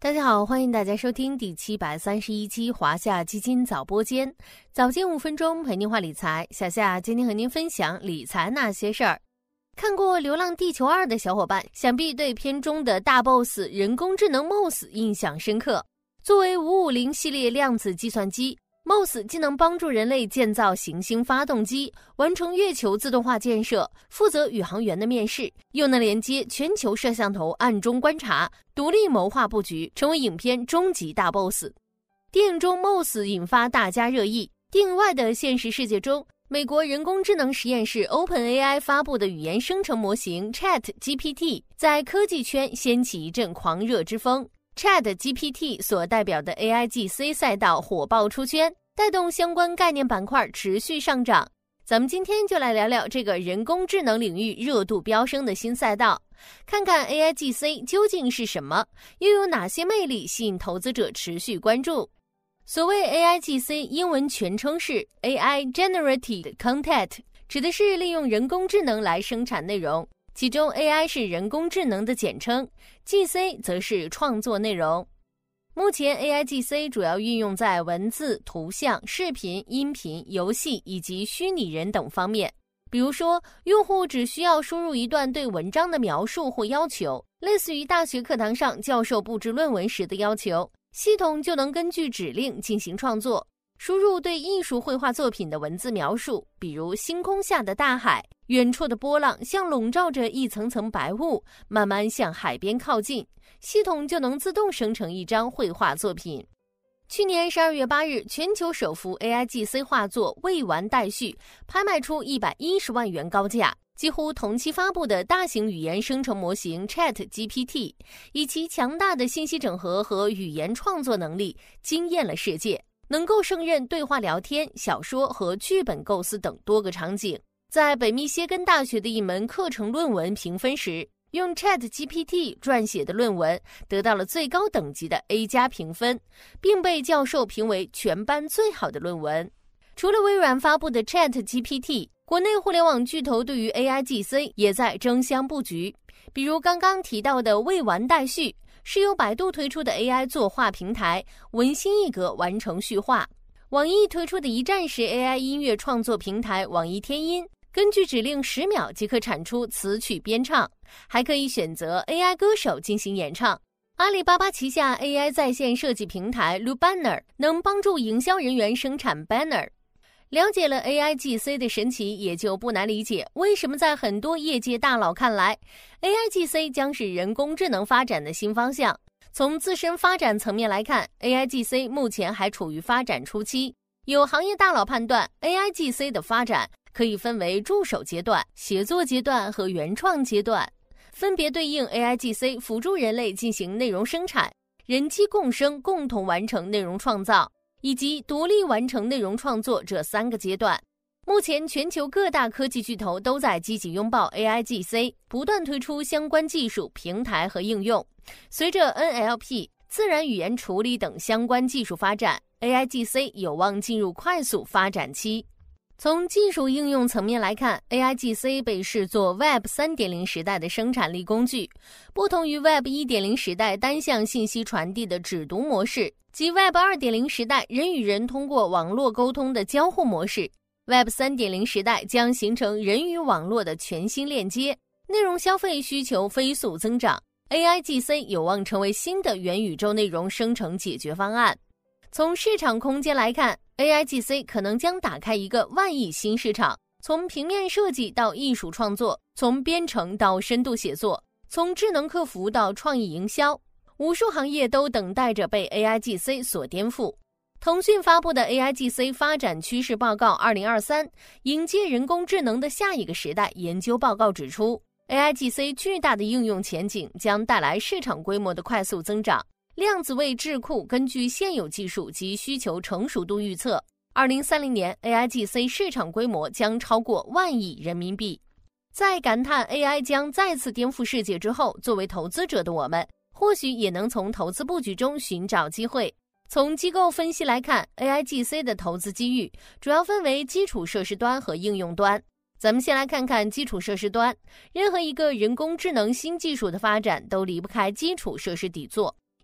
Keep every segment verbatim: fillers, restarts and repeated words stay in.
大家好，欢迎大家收听第七百三十一期华夏基金早播间，早间五分钟陪您话理财。小夏今天和您分享理财那些事儿。看过《流浪地球二》的小伙伴，想必对片中的大 boss 人工智能 M O S 印象深刻。作为五五零系列量子计算机， M O S 既能帮助人类建造行星发动机，完成月球自动化建设，负责宇航员的面试，又能连接全球摄像头暗中观察，独立谋划布局，成为影片终极大 boss。 电影中 M O S 引发大家热议。电影外的现实世界中，美国人工智能实验室 OpenAI 发布的语言生成模型 ChatGPT 在科技圈掀起一阵狂热之风。ChatGPT 所代表的 A I G C 赛道火爆出圈，带动相关概念板块持续上涨。咱们今天就来聊聊这个人工智能领域热度飙升的新赛道，看看 A I G C 究竟是什么，又有哪些魅力吸引投资者持续关注。所谓 A I G C 英文全称是 A I Generated Content， 指的是利用人工智能来生产内容，其中 A I 是人工智能的简称， G C 则是创作内容。目前 A I G C 主要运用在文字、图像、视频、音频、游戏以及虚拟人等方面。比如说，用户只需要输入一段对文章的描述或要求，类似于大学课堂上教授布置论文时的要求，系统就能根据指令进行创作。输入对艺术绘画作品的文字描述，比如星空下的大海，远处的波浪像笼罩着一层层白雾，慢慢向海边靠近，系统就能自动生成一张绘画作品。去年十二月八日，全球首幅 A I G C 画作《未完待续》拍卖出一百一十万元高价，几乎同期发布的大型语言生成模型 ChatGPT 以其强大的信息整合和语言创作能力惊艳了世界，能够胜任对话聊天、小说和剧本构思等多个场景。在北密歇根大学的一门课程论文评分时，用 ChatGPT 撰写的论文得到了最高等级的 A 加评分，并被教授评为全班最好的论文。除了微软发布的 ChatGPT， 国内互联网巨头对于 A I G C 也在争相布局。比如刚刚提到的未完待续，是由百度推出的 A I 作画平台，文心一格完成续画。网易推出的一站式 A I 音乐创作平台网易天音，根据指令十秒即可产出词曲编唱，还可以选择 A I 歌手进行演唱。阿里巴巴旗下 A I 在线设计平台 Lubanner 能帮助营销人员生产 banner。 了解了 A I G C 的神奇，也就不难理解为什么在很多业界大佬看来， A I G C 将是人工智能发展的新方向。从自身发展层面来看， A I G C 目前还处于发展初期。有行业大佬判断， A I G C 的发展可以分为助手阶段、协作阶段和原创阶段，分别对应 A I G C 辅助人类进行内容生产、人机共生共同完成内容创造以及独立完成内容创作这三个阶段。目前全球各大科技巨头都在积极拥抱 A I G C， 不断推出相关技术、平台和应用。随着 N L P、自然语言处理等相关技术发展， A I G C 有望进入快速发展期。从技术应用层面来看， A I G C 被视作 Web 三点零 时代的生产力工具，不同于 Web 一点零 时代单向信息传递的只读模式，及 Web 二点零 时代人与人通过网络沟通的交互模式。 Web 三点零 时代将形成人与网络的全新链接，内容消费需求飞速增长， A I G C 有望成为新的元宇宙内容生成解决方案。从市场空间来看， A I G C 可能将打开一个万亿新市场，从平面设计到艺术创作，从编程到深度写作，从智能客服到创意营销，无数行业都等待着被 A I G C 所颠覆。腾讯发布的 A I G C 发展趋势报告二零二三，迎接人工智能的下一个时代研究报告指出， A I G C 巨大的应用前景将带来市场规模的快速增长。量子位智库根据现有技术及需求成熟度预测，二零三零年 A I G C 市场规模将超过万亿人民币。在感叹 A I 将再次颠覆世界之后，作为投资者的我们，或许也能从投资布局中寻找机会。从机构分析来看， A I G C 的投资机遇主要分为基础设施端和应用端。咱们先来看看基础设施端，任何一个人工智能新技术的发展都离不开基础设施底座。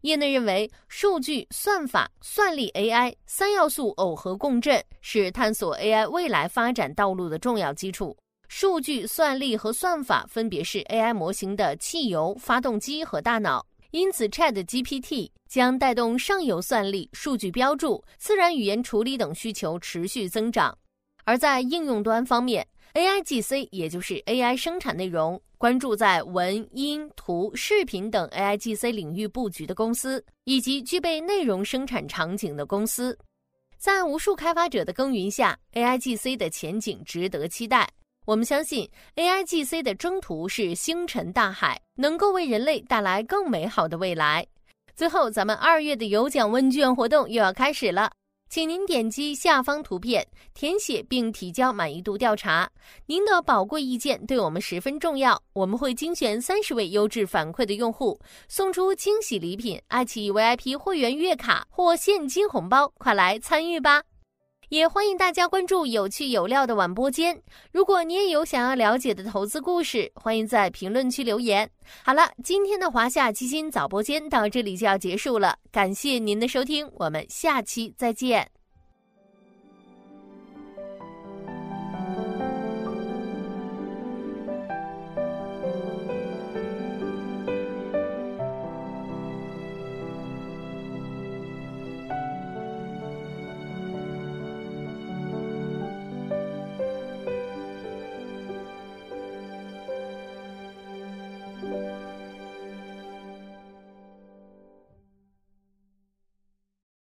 业内认为，数据、算法、算力 A I 三要素耦合共振，是探索 A I 未来发展道路的重要基础。数据、算力和算法分别是 A I 模型的汽油、发动机和大脑，因此 ChatGPT 将带动上游算力、数据标注、自然语言处理等需求持续增长。而在应用端方面， A I G C 也就是 A I 生产内容，关注在文、音、图、视频等 A I G C 领域布局的公司，以及具备内容生产场景的公司。在无数开发者的耕耘下， A I G C 的前景值得期待。我们相信 A I G C 的征途是星辰大海，能够为人类带来更美好的未来。最后，咱们二月的有奖问卷活动又要开始了，请您点击下方图片填写并提交满意度调查，您的宝贵意见对我们十分重要，我们会精选三十位优质反馈的用户，送出惊喜礼品爱奇艺 V I P 会员月卡或现金红包，快来参与吧！也欢迎大家关注有趣有料的晚播间，如果你也有想要了解的投资故事，欢迎在评论区留言。好了，今天的华夏基金早播间到这里就要结束了，感谢您的收听，我们下期再见。